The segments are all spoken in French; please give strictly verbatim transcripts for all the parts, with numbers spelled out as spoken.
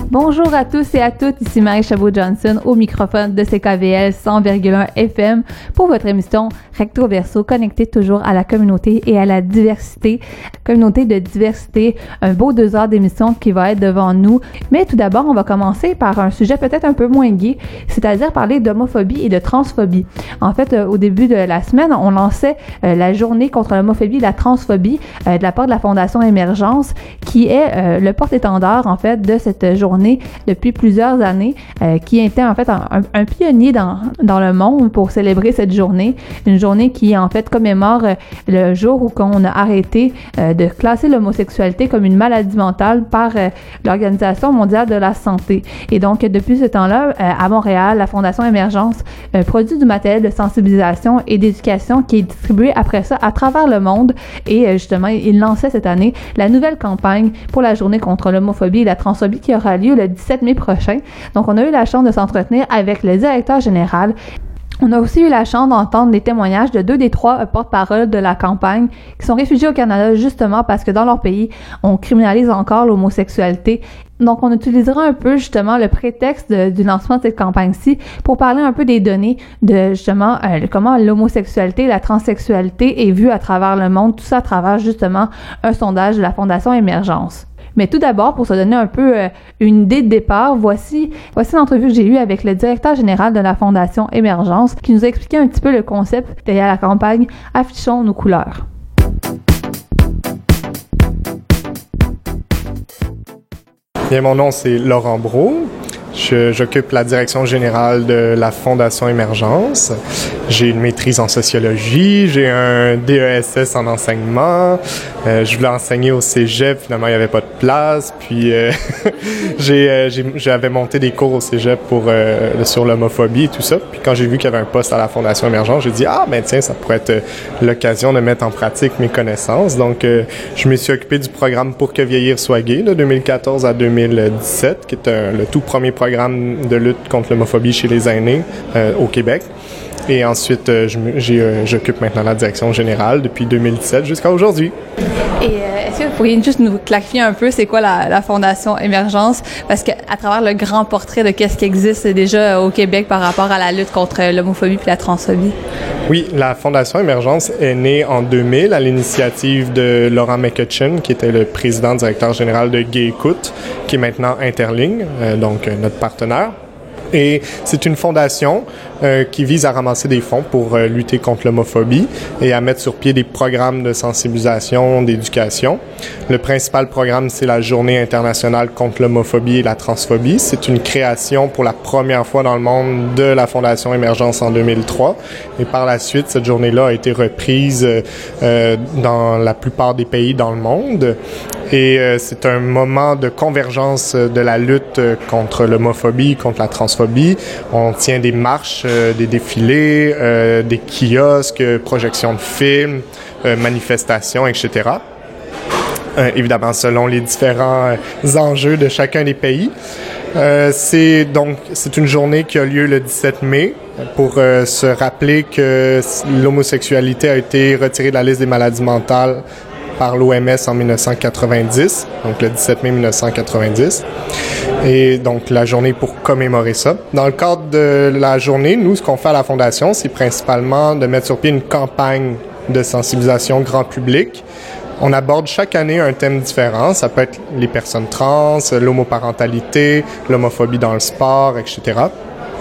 Bonjour à tous et à toutes, ici Marie Chabot-Johnson au microphone de C K V L cent virgule un F M pour votre émission Recto Verso, connectée toujours à la communauté et à la diversité. Communauté de diversité, un beau deux heures d'émission qui va être devant nous. Mais tout d'abord, on va commencer par un sujet peut-être un peu moins gai, c'est-à-dire parler d'homophobie et de transphobie. En fait, euh, au début de la semaine, on lançait euh, la journée contre l'homophobie et la transphobie euh, de la part de la Fondation Émergence, qui est euh, le porte-étendard en fait de cette journée depuis plusieurs années, euh, qui était en fait un, un, un pionnier dans, dans le monde pour célébrer cette journée, une journée qui en fait commémore euh, le jour où on a arrêté euh, de classer l'homosexualité comme une maladie mentale par euh, l'Organisation mondiale de la santé. Et donc depuis ce temps-là, euh, à Montréal, la Fondation Émergence euh, produit du matériel de sensibilisation et d'éducation qui est distribué après ça à travers le monde, et euh, justement, il lançait cette année la nouvelle campagne pour la journée contre l'homophobie et la transphobie qui aura lieu le dix-sept mai prochain. Donc, on a eu la chance de s'entretenir avec le directeur général. On a aussi eu la chance d'entendre les témoignages de deux des trois porte-parole de la campagne qui sont réfugiés au Canada justement parce que dans leur pays, on criminalise encore l'homosexualité. Donc, on utilisera un peu justement le prétexte de, du lancement de cette campagne-ci pour parler un peu des données de justement euh, comment l'homosexualité, la transsexualité est vue à travers le monde, tout ça à travers justement un sondage de la Fondation Émergence. Mais tout d'abord, pour se donner un peu euh, une idée de départ, voici, voici l'entrevue que j'ai eue avec le directeur général de la Fondation Émergence qui nous a expliqué un petit peu le concept derrière la campagne « Affichons nos couleurs ». Bien, mon nom, c'est Laurent Brault. Je, j'occupe la direction générale de la Fondation Émergence. J'ai une maîtrise en sociologie, j'ai un D E S S en enseignement. Euh, je voulais enseigner au cégep, finalement il n'y avait pas de place. Puis euh, j'ai, euh, j'ai, j'avais monté des cours au cégep pour euh, sur l'homophobie et tout ça. Puis quand j'ai vu qu'il y avait un poste à la Fondation Émergence, j'ai dit ah ben tiens, ça pourrait être l'occasion de mettre en pratique mes connaissances. Donc euh, je me suis occupé du programme Pour que vieillir soit gay de deux mille quatorze à deux mille dix-sept, qui est un, le tout premier programme de lutte contre l'homophobie chez les aînés euh, au Québec. Et ensuite, euh, je, j'ai, euh, j'occupe maintenant la direction générale depuis deux mille dix-sept jusqu'à aujourd'hui. Et euh, est-ce que vous pourriez juste nous clarifier un peu c'est quoi la, la Fondation Émergence? Parce qu'à travers le grand portrait de qu'est-ce qui existe déjà au Québec par rapport à la lutte contre l'homophobie puis la transphobie. Oui, la Fondation Émergence est née en deux mille à l'initiative de Laurent McCutcheon, qui était le président directeur général de Gay Écoute, qui est maintenant Interligne, euh, donc euh, notre partenaire. Et c'est une fondation euh, qui vise à ramasser des fonds pour euh, lutter contre l'homophobie et à mettre sur pied des programmes de sensibilisation, d'éducation. Le principal programme, c'est la Journée internationale contre l'homophobie et la transphobie. C'est une création pour la première fois dans le monde de la Fondation Émergence en deux mille trois. Et par la suite, cette journée-là a été reprise euh, dans la plupart des pays dans le monde. Et euh, c'est un moment de convergence de la lutte contre l'homophobie, contre la transphobie. On tient des marches, euh, des défilés, euh, des kiosques, projections de films, euh, manifestations, et cetera. Euh, évidemment, selon les différents euh, enjeux de chacun des pays. Euh, c'est donc c'est une journée qui a lieu le dix-sept mai pour euh, se rappeler que l'homosexualité a été retirée de la liste des maladies mentales par l'O M S en dix-neuf cent quatre-vingt-dix, donc le dix-sept mai dix-neuf cent quatre-vingt-dix. Et donc, la journée pour commémorer ça. Dans le cadre de la journée, nous, ce qu'on fait à la Fondation, c'est principalement de mettre sur pied une campagne de sensibilisation grand public. On aborde chaque année un thème différent. Ça peut être les personnes trans, l'homoparentalité, l'homophobie dans le sport, et cetera.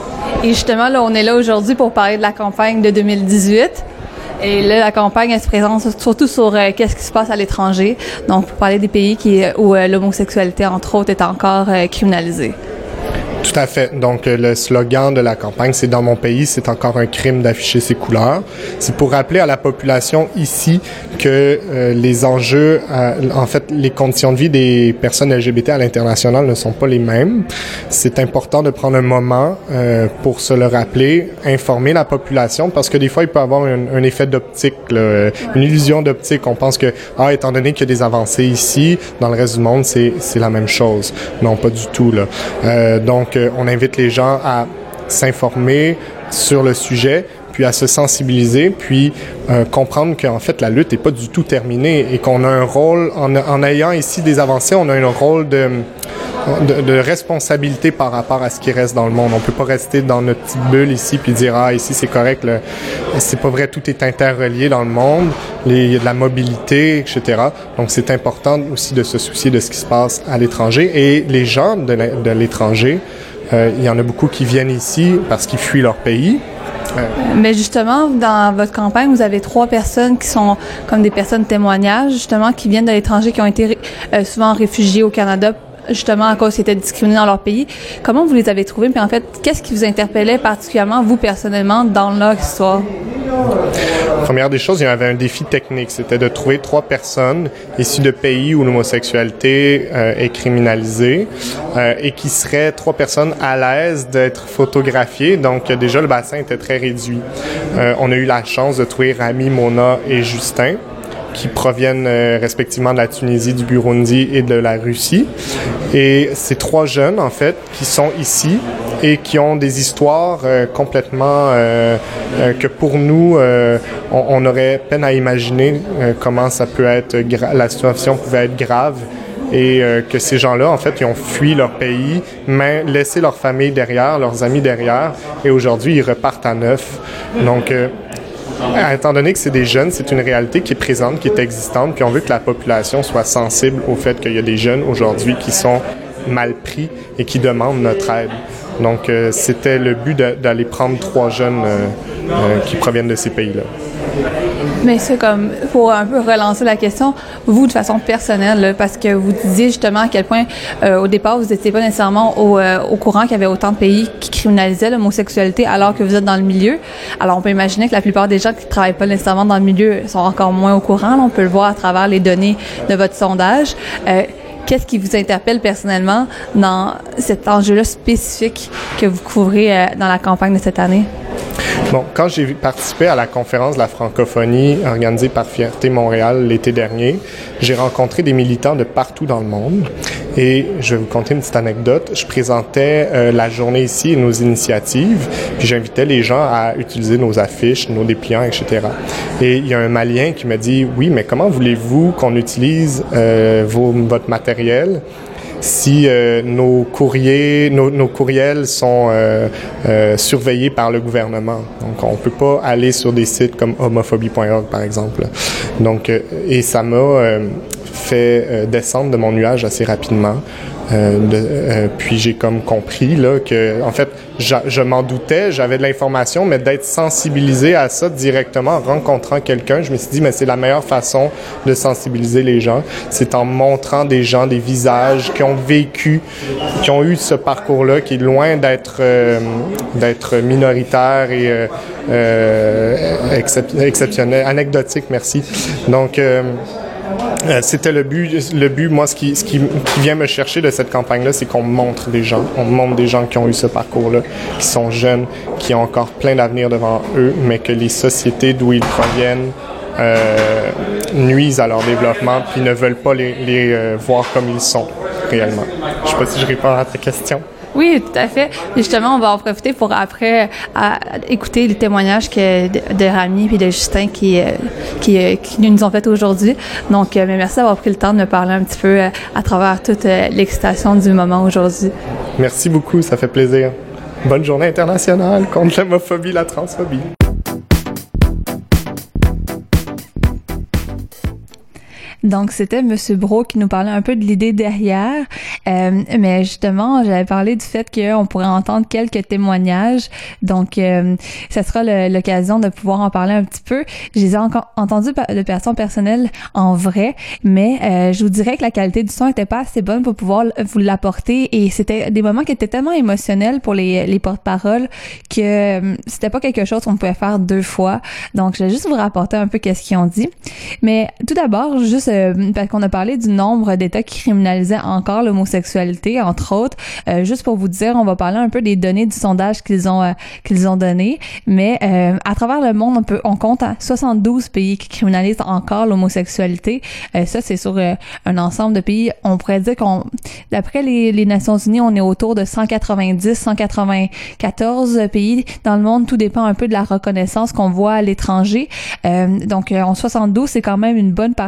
Et justement, là, on est là aujourd'hui pour parler de la campagne de deux mille dix-huit. Et là, la campagne, elle se présente surtout sur euh, qu'est-ce qui se passe à l'étranger. Donc, pour parler des pays qui, où euh, l'homosexualité, entre autres, est encore euh, criminalisée. Tout à fait. Donc, le slogan de la campagne, c'est « Dans mon pays, c'est encore un crime d'afficher ses couleurs ». C'est pour rappeler à la population ici que euh, les enjeux, euh, en fait, les conditions de vie des personnes L G B T à l'international ne sont pas les mêmes. C'est important de prendre un moment euh, pour se le rappeler, informer la population, parce que des fois, il peut y avoir un, un effet d'optique, là, une illusion d'optique. On pense que, ah, étant donné qu'il y a des avancées ici, dans le reste du monde, c'est, c'est la même chose. Non, pas du tout, là. Euh, donc, on invite les gens à s'informer sur le sujet, puis à se sensibiliser, puis euh, comprendre qu'en fait la lutte n'est pas du tout terminée et qu'on a un rôle, en, en ayant ici des avancées, on a un rôle de de, de responsabilité par rapport à ce qui reste dans le monde. On peut pas rester dans notre petite bulle ici puis dire ah ici c'est correct. Le, c'est pas vrai, tout est interrelié dans le monde. Les, il y a de la mobilité, et cetera. Donc c'est important aussi de se soucier de ce qui se passe à l'étranger. Et les gens de, de l'étranger, euh, il y en a beaucoup qui viennent ici parce qu'ils fuient leur pays. Euh. Mais justement, dans votre campagne, vous avez trois personnes qui sont comme des personnes témoignages, justement, qui viennent de l'étranger, qui ont été euh, souvent réfugiés au Canada, justement à cause qu'ils étaient discriminés dans leur pays. Comment vous les avez trouvés? Puis en fait, qu'est-ce qui vous interpellait particulièrement, vous, personnellement, dans leur histoire? Première des choses, il y avait un défi technique. C'était de trouver trois personnes issues de pays où l'homosexualité euh, est criminalisée euh, et qui seraient trois personnes à l'aise d'être photographiées. Donc, déjà, le bassin était très réduit. Euh, on a eu la chance de trouver Rami, Mona et Justin, qui proviennent euh, respectivement de la Tunisie, du Burundi et de la Russie. Et ces trois jeunes, en fait, qui sont ici et qui ont des histoires euh, complètement euh, euh, que pour nous, euh, on, on aurait peine à imaginer euh, comment ça peut être, gra- la situation pouvait être grave. Et euh, que ces gens-là, en fait, ils ont fui leur pays, mais laissé leur famille derrière, leurs amis derrière, et aujourd'hui, ils repartent à neuf. Donc, euh, étant donné que c'est des jeunes, c'est une réalité qui est présente, qui est existante, puis on veut que la population soit sensible au fait qu'il y a des jeunes aujourd'hui qui sont mal pris et qui demandent notre aide. Donc, euh, c'était le but de, d'aller prendre trois jeunes euh, euh, qui proviennent de ces pays-là. Mais c'est comme, pour un peu relancer la question, vous, de façon personnelle, là, parce que vous disiez justement à quel point, euh, au départ, vous n'étiez pas nécessairement au, euh, au courant qu'il y avait autant de pays qui criminalisaient l'homosexualité alors que vous êtes dans le milieu. Alors, on peut imaginer que la plupart des gens qui ne travaillent pas nécessairement dans le milieu sont encore moins au courant. Là, on peut le voir à travers les données de votre sondage. Euh, Qu'est-ce qui vous interpelle personnellement dans cet enjeu-là spécifique que vous couvrez euh, dans la campagne de cette année? Bon, quand j'ai participé à la conférence de la francophonie organisée par Fierté Montréal l'été dernier, j'ai rencontré des militants de partout dans le monde et je vais vous conter une petite anecdote. Je présentais euh, la journée ici et nos initiatives, puis j'invitais les gens à utiliser nos affiches, nos dépliants, et cetera. Et il y a un Malien qui m'a dit « Oui, mais comment voulez-vous qu'on utilise euh, vos, votre matériel ?» si euh, nos courriers, nos, nos courriels sont euh, euh, surveillés par le gouvernement. Donc, on peut pas aller sur des sites comme homophobie point org, par exemple. Donc, euh, et ça m'a euh, fait euh, descendre de mon nuage assez rapidement. Euh, de, euh, puis j'ai comme compris là que en fait je, je m'en doutais, j'avais de l'information, mais d'être sensibilisé à ça directement en rencontrant quelqu'un, je me suis dit mais c'est la meilleure façon de sensibiliser les gens, c'est en montrant des gens, des visages qui ont vécu, qui ont eu ce parcours-là, qui est loin d'être euh, d'être minoritaire et euh, euh, excep- exceptionnel, anecdotique, merci. Donc euh, Euh, c'était le but, le but, moi, ce qui, ce qui, qui vient me chercher de cette campagne-là, c'est qu'on montre des gens, on montre des gens qui ont eu ce parcours-là, qui sont jeunes, qui ont encore plein d'avenir devant eux, mais que les sociétés d'où ils proviennent euh, nuisent à leur développement, puis ne veulent pas les, les euh, voir comme ils sont réellement. Je sais pas si je réponds à ta question. Oui, tout à fait. Et justement, on va en profiter pour après à, à écouter les témoignages que de, de Rami et de Justin qui, euh, qui, euh, qui nous ont fait aujourd'hui. Donc, euh, mais merci d'avoir pris le temps de me parler un petit peu euh, à travers toute euh, l'excitation du moment aujourd'hui. Merci beaucoup, ça fait plaisir. Bonne journée internationale contre l'homophobie, la transphobie. Donc, c'était Monsieur Brault qui nous parlait un peu de l'idée derrière. Euh, mais justement, j'avais parlé du fait qu'on pourrait entendre quelques témoignages. Donc, euh, ça sera le, l'occasion de pouvoir en parler un petit peu. Je les ai encore entendus de personnes personnelles en vrai, mais euh, je vous dirais que la qualité du son était pas assez bonne pour pouvoir vous l'apporter. Et c'était des moments qui étaient tellement émotionnels pour les, les porte-paroles que euh, c'était pas quelque chose qu'on pouvait faire deux fois. Donc, je vais juste vous rapporter un peu qu'est-ce qu'ils ont dit. Mais tout d'abord, juste Euh, parce qu'on a parlé du nombre d'États qui criminalisaient encore l'homosexualité, entre autres. Euh, juste pour vous dire, on va parler un peu des données du sondage qu'ils ont euh, qu'ils ont donné. Mais euh, à travers le monde, on peut on compte à soixante-douze pays qui criminalisent encore l'homosexualité. Euh, ça, c'est sur euh, un ensemble de pays. On pourrait dire qu'on, d'après les, les Nations Unies, on est autour de cent quatre-vingt-dix, cent quatre-vingt-quatorze pays dans le monde. Tout dépend un peu de la reconnaissance qu'on voit à l'étranger. Euh, donc, en soixante-douze, c'est quand même une bonne partie encore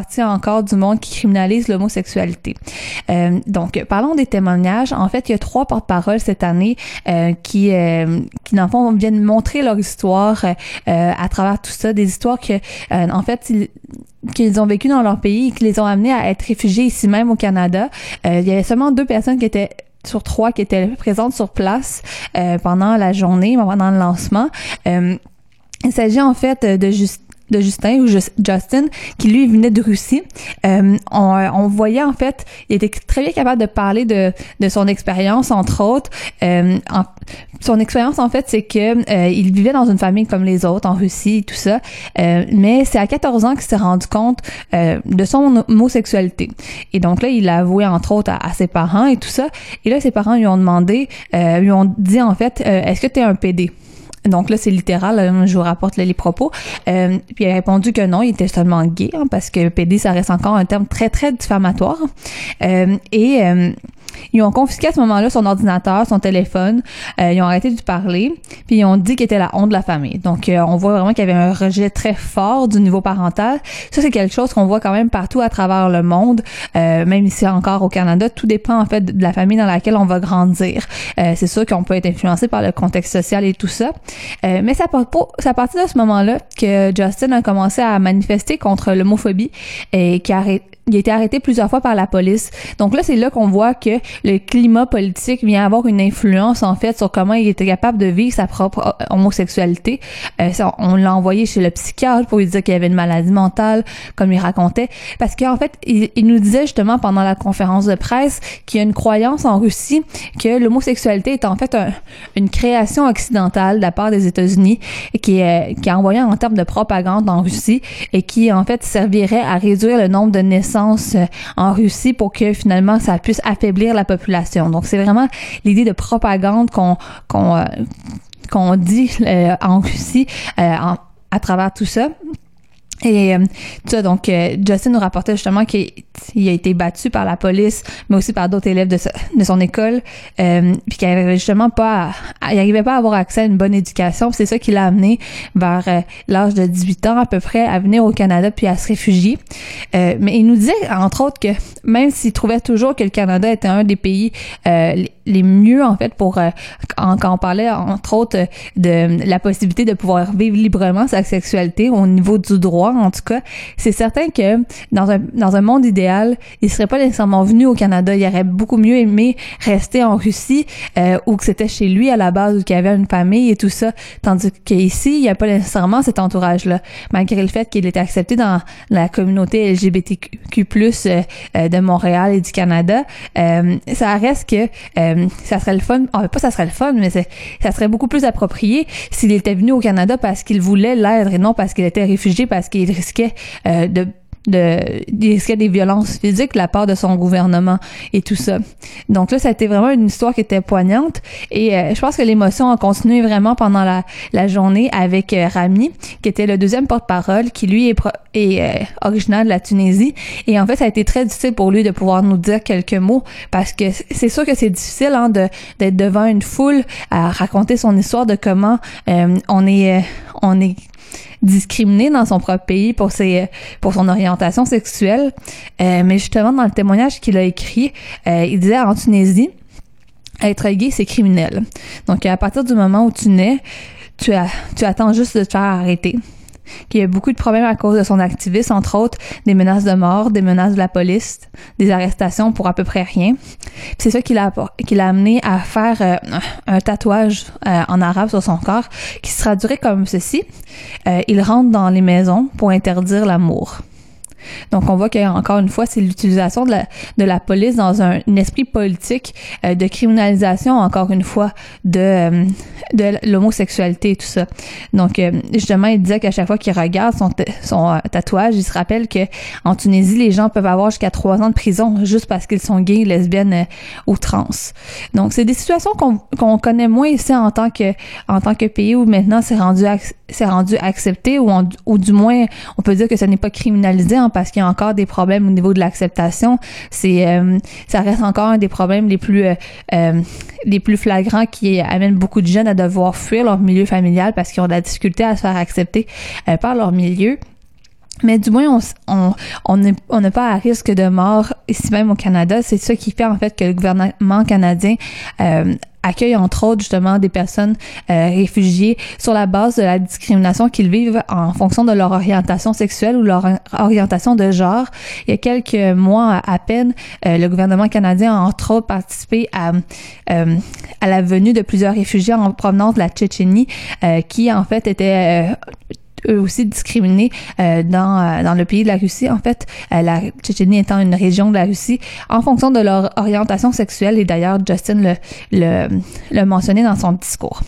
encore du monde qui criminalise l'homosexualité. Euh, donc, parlons des témoignages. En fait, il y a trois porte-paroles cette année euh, qui, euh, qui, dans le fond, viennent montrer leur histoire euh, à travers tout ça, des histoires que, euh, en fait, ils, qu'ils ont vécu dans leur pays et qui les ont amenés à être réfugiés ici même au Canada. Euh, il y avait seulement deux personnes qui étaient sur trois qui étaient présentes sur place euh, pendant la journée, pendant le lancement. Euh, il s'agit en fait de Justin de Justin ou Justin, qui lui venait de Russie. Euh, on, on voyait en fait, il était très bien capable de parler de, de son expérience, entre autres. Euh, en, son expérience en fait, c'est que euh, il vivait dans une famille comme les autres en Russie et tout ça, euh, mais c'est à quatorze ans qu'il s'est rendu compte euh, de son homosexualité. Et donc là, il l'a avoué entre autres à, à ses parents et tout ça. Et là, ses parents lui ont demandé, euh, lui ont dit en fait, euh, est-ce que t'es un P D? Donc là, c'est littéral, là, je vous rapporte là, les propos. Euh, puis il a répondu que non, il était seulement gay, hein, parce que P D, ça reste encore un terme très, très diffamatoire. Euh, et euh, ils ont confisqué à ce moment-là son ordinateur, son téléphone. Euh, ils ont arrêté de lui parler. Puis ils ont dit qu'il était la honte de la famille. Donc euh, on voit vraiment qu'il y avait un rejet très fort du niveau parental. Ça, c'est quelque chose qu'on voit quand même partout à travers le monde, euh, même ici encore au Canada. Tout dépend en fait de la famille dans laquelle on va grandir. Euh, c'est sûr qu'on peut être influencé par le contexte social et tout ça. Euh, mais c'est à partir de ce moment-là que Justin a commencé à manifester contre l'homophobie et qui a arrêté il a été arrêté plusieurs fois par la police. Donc là, c'est là qu'on voit que le climat politique vient avoir une influence, en fait, sur comment il était capable de vivre sa propre homosexualité. Euh, ça, on l'a envoyé chez le psychiatre pour lui dire qu'il avait une maladie mentale, comme il racontait. Parce qu'en fait, il, il nous disait justement pendant la conférence de presse qu'il y a une croyance en Russie que l'homosexualité est en fait un, une création occidentale de la part des États-Unis et qui est, qui est envoyée en termes de propagande en Russie et qui, en fait, servirait à réduire le nombre de naissances en Russie pour que finalement ça puisse affaiblir la population. Donc c'est vraiment l'idée de propagande qu'on qu'on euh, qu'on dit euh, en Russie euh, en, à travers tout ça. Et euh, tout ça, donc euh, Justin nous rapportait justement qu'il il a été battu par la police, mais aussi par d'autres élèves de, sa, de son école, euh, puis qu'il avait justement pas, à, il arrivait pas à avoir accès à une bonne éducation. Puis c'est ça qui l'a amené vers euh, l'âge de dix-huit ans à peu près à venir au Canada puis à se réfugier. Euh, mais il nous disait entre autres que même s'il trouvait toujours que le Canada était un des pays euh, les, les mieux en fait pour euh, quand, quand on parlait entre autres de la possibilité de pouvoir vivre librement sa sexualité au niveau du droit. En tout cas, c'est certain que dans un dans un monde idéal, il serait pas nécessairement venu au Canada. Il aurait beaucoup mieux aimé rester en Russie euh, ou que c'était chez lui à la base ou qu'il avait une famille et tout ça. Tandis qu'ici, il n'y a pas nécessairement cet entourage-là. Malgré le fait qu'il était accepté dans la communauté L G B T Q plus, euh, de Montréal et du Canada, euh, ça reste que euh, ça serait le fun. Ah, pas ça serait le fun, mais c'est, ça serait beaucoup plus approprié s'il était venu au Canada parce qu'il voulait l'être et non parce qu'il était réfugié, parce qu'il il risquait euh, de de il risquait des violences physiques de la part de son gouvernement et tout ça. Donc là, ça a été vraiment une histoire qui était poignante et euh, je pense que l'émotion a continué vraiment pendant la, la journée avec euh, Rami, qui était le deuxième porte-parole, qui lui est, pro- est euh, originaire de la Tunisie. Et en fait, ça a été très difficile pour lui de pouvoir nous dire quelques mots parce que c'est sûr que c'est difficile hein, de d'être devant une foule à raconter son histoire de comment euh, on est euh, on est discriminé dans son propre pays pour ses pour son orientation sexuelle. Euh, mais justement, dans le témoignage qu'il a écrit, euh, il disait en Tunisie, être gay, c'est criminel. Donc, à partir du moment où tu nais, tu, as, tu attends juste de te faire arrêter. Qu'il y a beaucoup de problèmes à cause de son activisme, entre autres des menaces de mort, des menaces de la police, des arrestations pour à peu près rien. Puis c'est ça qui l'a, qui l'a amené à faire euh, un tatouage euh, en arabe sur son corps qui se traduirait comme ceci. Euh, il rentre dans les maisons pour interdire l'amour. Donc, on voit qu'encore une fois, c'est l'utilisation de la, de la police dans un, un esprit politique euh, de criminalisation, encore une fois, de, euh, de l'homosexualité et tout ça. Donc, euh, justement, il disait qu'à chaque fois qu'il regarde son, t- son euh, tatouage, il se rappelle que en Tunisie, les gens peuvent avoir jusqu'à trois ans de prison juste parce qu'ils sont gays, lesbiennes euh, ou trans. Donc, c'est des situations qu'on, qu'on connaît moins ici en tant que en tant que pays où maintenant c'est rendu ac- c'est rendu accepté ou, en, ou du moins, on peut dire que ce n'est pas criminalisé hein, parce qu'il y a encore des problèmes au niveau de l'acceptation. C'est, euh, ça reste encore un des problèmes les plus, euh, euh, les plus flagrants qui amènent beaucoup de jeunes à devoir fuir leur milieu familial parce qu'ils ont de la difficulté à se faire accepter euh, par leur milieu. Mais du moins, on on on n'est on n'est pas à risque de mort ici même au Canada. C'est ça qui fait en fait que le gouvernement canadien euh, accueille entre autres justement des personnes euh, réfugiées sur la base de la discrimination qu'ils vivent en fonction de leur orientation sexuelle ou leur orientation de genre. Il y a quelques mois à peine, euh, le gouvernement canadien a entre autres participé à euh, à la venue de plusieurs réfugiés en provenance de la Tchétchénie euh, qui en fait étaient euh, eux aussi discriminés euh, dans euh, dans le pays de la Russie. En fait, euh, la Tchétchénie étant une région de la Russie, en fonction de leur orientation sexuelle. Et d'ailleurs, Justin le le, le mentionnait dans son discours.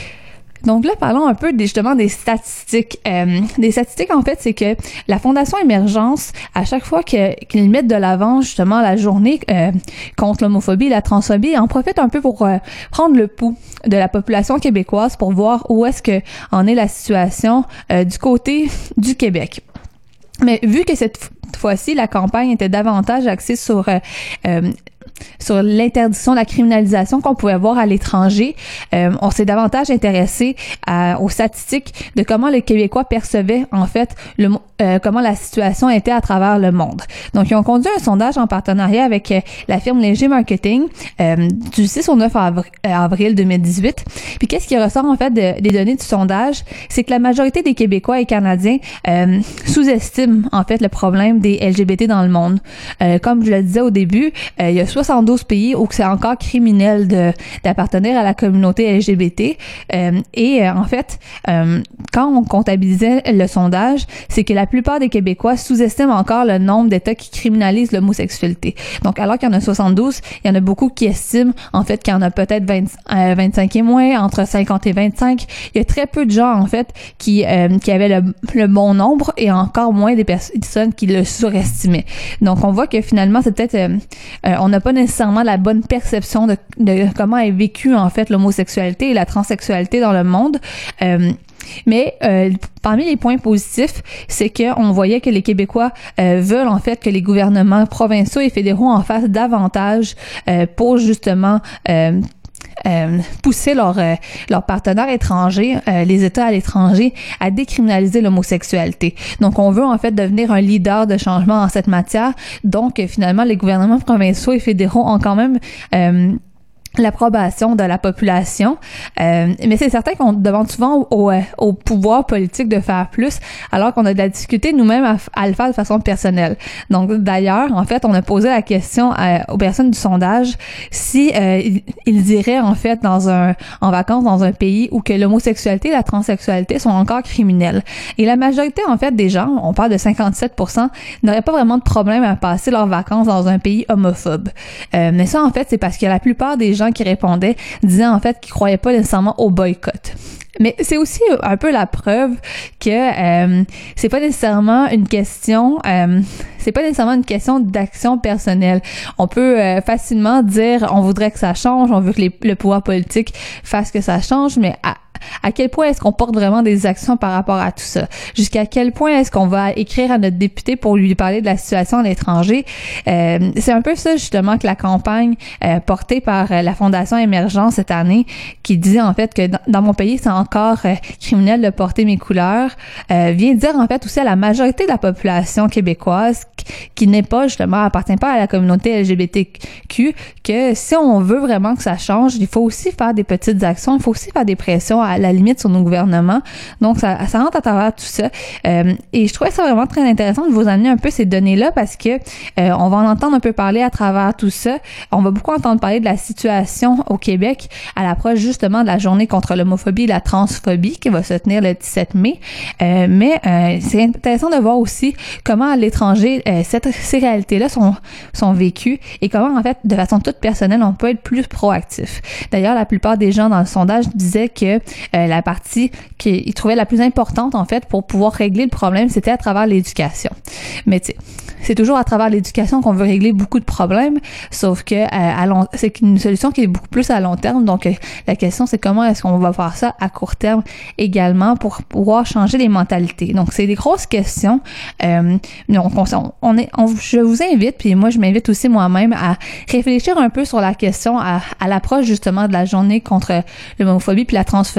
Donc là, parlons un peu des, justement des statistiques. Euh, des statistiques, en fait, c'est que la Fondation Émergence, à chaque fois que, qu'ils mettent de l'avant justement la journée euh, contre l'homophobie et la transphobie, en profite un peu pour euh, prendre le pouls de la population québécoise pour voir où est-ce que en est la situation euh, du côté du Québec. Mais vu que cette fois-ci, la campagne était davantage axée sur euh, euh, sur l'interdiction, la criminalisation qu'on pouvait voir à l'étranger, euh, on s'est davantage intéressé à, aux statistiques de comment les Québécois percevaient en fait le, euh, comment la situation était à travers le monde. Donc, ils ont conduit un sondage en partenariat avec euh, la firme Léger Marketing euh, du six au neuf avril deux mille dix-huit. Puis, qu'est-ce qui ressort en fait de, des données du sondage, c'est que la majorité des Québécois et Canadiens euh, sous-estiment en fait le problème des L G B T dans le monde. Euh, comme je le disais au début, euh, il y a soixante-douze pays où c'est encore criminel de d'appartenir à la communauté L G B T. Euh, et euh, en fait, euh, quand on comptabilisait le sondage, c'est que la plupart des Québécois sous-estiment encore le nombre d'États qui criminalisent l'homosexualité. Donc, alors qu'il y en a soixante-douze, il y en a beaucoup qui estiment en fait qu'il y en a peut-être vingt, euh, vingt-cinq et moins, entre cinquante et vingt-cinq. Il y a très peu de gens en fait qui euh, qui avaient le, le bon nombre et encore moins des personnes qui le surestimaient. Donc, on voit que finalement, c'est peut-être euh, euh, on n'a pas nécessairement la bonne perception de, de comment est vécue en fait l'homosexualité et la transsexualité dans le monde. Euh, Mais euh, parmi les points positifs, c'est qu'on voyait que les Québécois euh, veulent en fait que les gouvernements provinciaux et fédéraux en fassent davantage euh, pour justement euh, Euh, pousser leurs euh, leurs partenaires étrangers, euh, les États à l'étranger, à décriminaliser l'homosexualité. Donc, on veut en fait devenir un leader de changement en cette matière. Donc, euh, finalement, les gouvernements provinciaux et fédéraux ont quand même euh, l'approbation de la population. Euh, mais c'est certain qu'on demande souvent au, au, au pouvoir politique de faire plus, alors qu'on a de la difficulté nous-mêmes à, à le faire de façon personnelle. Donc, d'ailleurs, en fait, on a posé la question à, aux personnes du sondage si euh, ils, ils iraient, en fait, dans un en vacances dans un pays où que l'homosexualité et la transsexualité sont encore criminelles. Et la majorité, en fait, des gens, on parle de cinquante-sept pour cent, n'auraient pas vraiment de problème à passer leurs vacances dans un pays homophobe. Euh, mais ça, en fait, c'est parce que la plupart des gens qui répondaient disaient en fait qu'ils croyaient pas nécessairement au boycott. Mais c'est aussi un peu la preuve que euh, c'est pas nécessairement une question euh, c'est pas nécessairement une question d'action personnelle. On peut euh, facilement dire on voudrait que ça change, on veut que les, le pouvoir politique fasse que ça change, mais à À quel point est-ce qu'on porte vraiment des actions par rapport à tout ça? Jusqu'à quel point est-ce qu'on va écrire à notre député pour lui parler de la situation à l'étranger? Euh, c'est un peu ça, justement, que la campagne euh, portée par euh, la Fondation Émergence cette année, qui disait, en fait, que dans, dans mon pays, c'est encore euh, criminel de porter mes couleurs, euh, vient dire, en fait, aussi à la majorité de la population québécoise qui n'est pas, justement, appartient pas à la communauté L G B T Q, que si on veut vraiment que ça change, il faut aussi faire des petites actions, il faut aussi faire des pressions à la limite sur nos gouvernements. Donc, ça, ça rentre à travers tout ça. Euh, et je trouvais ça vraiment très intéressant de vous amener un peu ces données-là parce que euh, on va en entendre un peu parler à travers tout ça. On va beaucoup entendre parler de la situation au Québec à l'approche justement de la journée contre l'homophobie et la transphobie qui va se tenir le dix-sept mai. Euh, mais euh, c'est intéressant de voir aussi comment à l'étranger euh, cette, ces réalités-là sont, sont vécues et comment en fait de façon toute personnelle on peut être plus proactif. D'ailleurs, la plupart des gens dans le sondage disaient que Euh, la partie qu'ils trouvaient la plus importante, en fait, pour pouvoir régler le problème, c'était à travers l'éducation. Mais tu sais, c'est toujours à travers l'éducation qu'on veut régler beaucoup de problèmes, sauf que euh, à long, c'est une solution qui est beaucoup plus à long terme. Donc, euh, la question, c'est comment est-ce qu'on va faire ça à court terme également pour pouvoir changer les mentalités. Donc, c'est des grosses questions. Euh, donc, on, on est, on, je vous invite, puis moi, je m'invite aussi moi-même à réfléchir un peu sur la question à, à l'approche justement de la journée contre l'homophobie puis la transphobie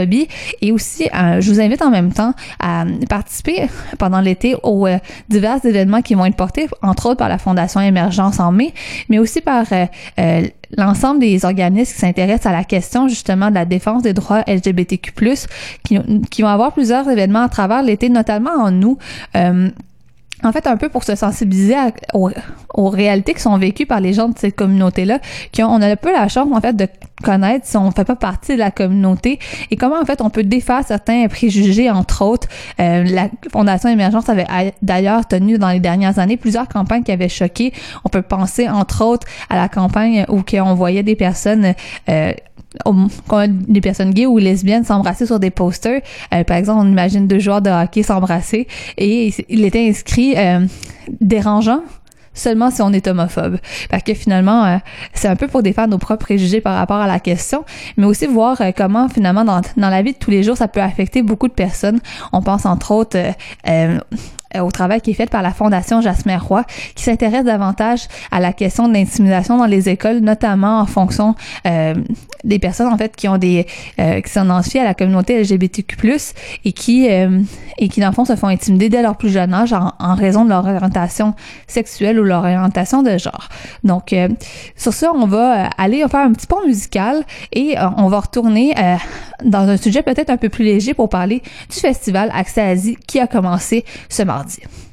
l'homophobie. Et aussi, euh, je vous invite en même temps à participer pendant l'été aux euh, divers événements qui vont être portés, entre autres par la Fondation Émergence en mai, mais aussi par euh, euh, l'ensemble des organismes qui s'intéressent à la question justement de la défense des droits L G B T Q plus, qui, qui vont avoir plusieurs événements à travers l'été, notamment en août. Euh, En fait, un peu pour se sensibiliser à, aux, aux réalités qui sont vécues par les gens de cette communauté-là, qui ont, on a un peu la chance, en fait, de connaître si on fait pas partie de la communauté et comment, en fait, on peut défaire certains préjugés, entre autres. Euh, la Fondation Émergence avait d'ailleurs tenu dans les dernières années plusieurs campagnes qui avaient choqué. On peut penser, entre autres, à la campagne où on voyait des personnes euh, des personnes gays ou lesbiennes s'embrasser sur des posters. Euh, par exemple, on imagine deux joueurs de hockey s'embrasser et il était inscrit euh, dérangeant seulement si on est homophobe. Parce que finalement, euh, c'est un peu pour défaire nos propres préjugés par rapport à la question, mais aussi voir euh, comment finalement dans, dans la vie de tous les jours, ça peut affecter beaucoup de personnes. On pense entre autres euh, euh, au travail qui est fait par la Fondation Jasmin Roy, qui s'intéresse davantage à la question de l'intimidation dans les écoles, notamment en fonction euh, des personnes en fait qui ont des euh, qui s'identifient à la communauté L G B T Q plus, et qui euh, et qui dans le fond se font intimider dès leur plus jeune âge en, en raison de leur orientation sexuelle ou leur orientation de genre. Donc euh, sur ça, on va euh, aller faire un petit pont musical et euh, on va retourner euh, dans un sujet peut-être un peu plus léger pour parler du festival Accès Asie qui a commencé ce mardi.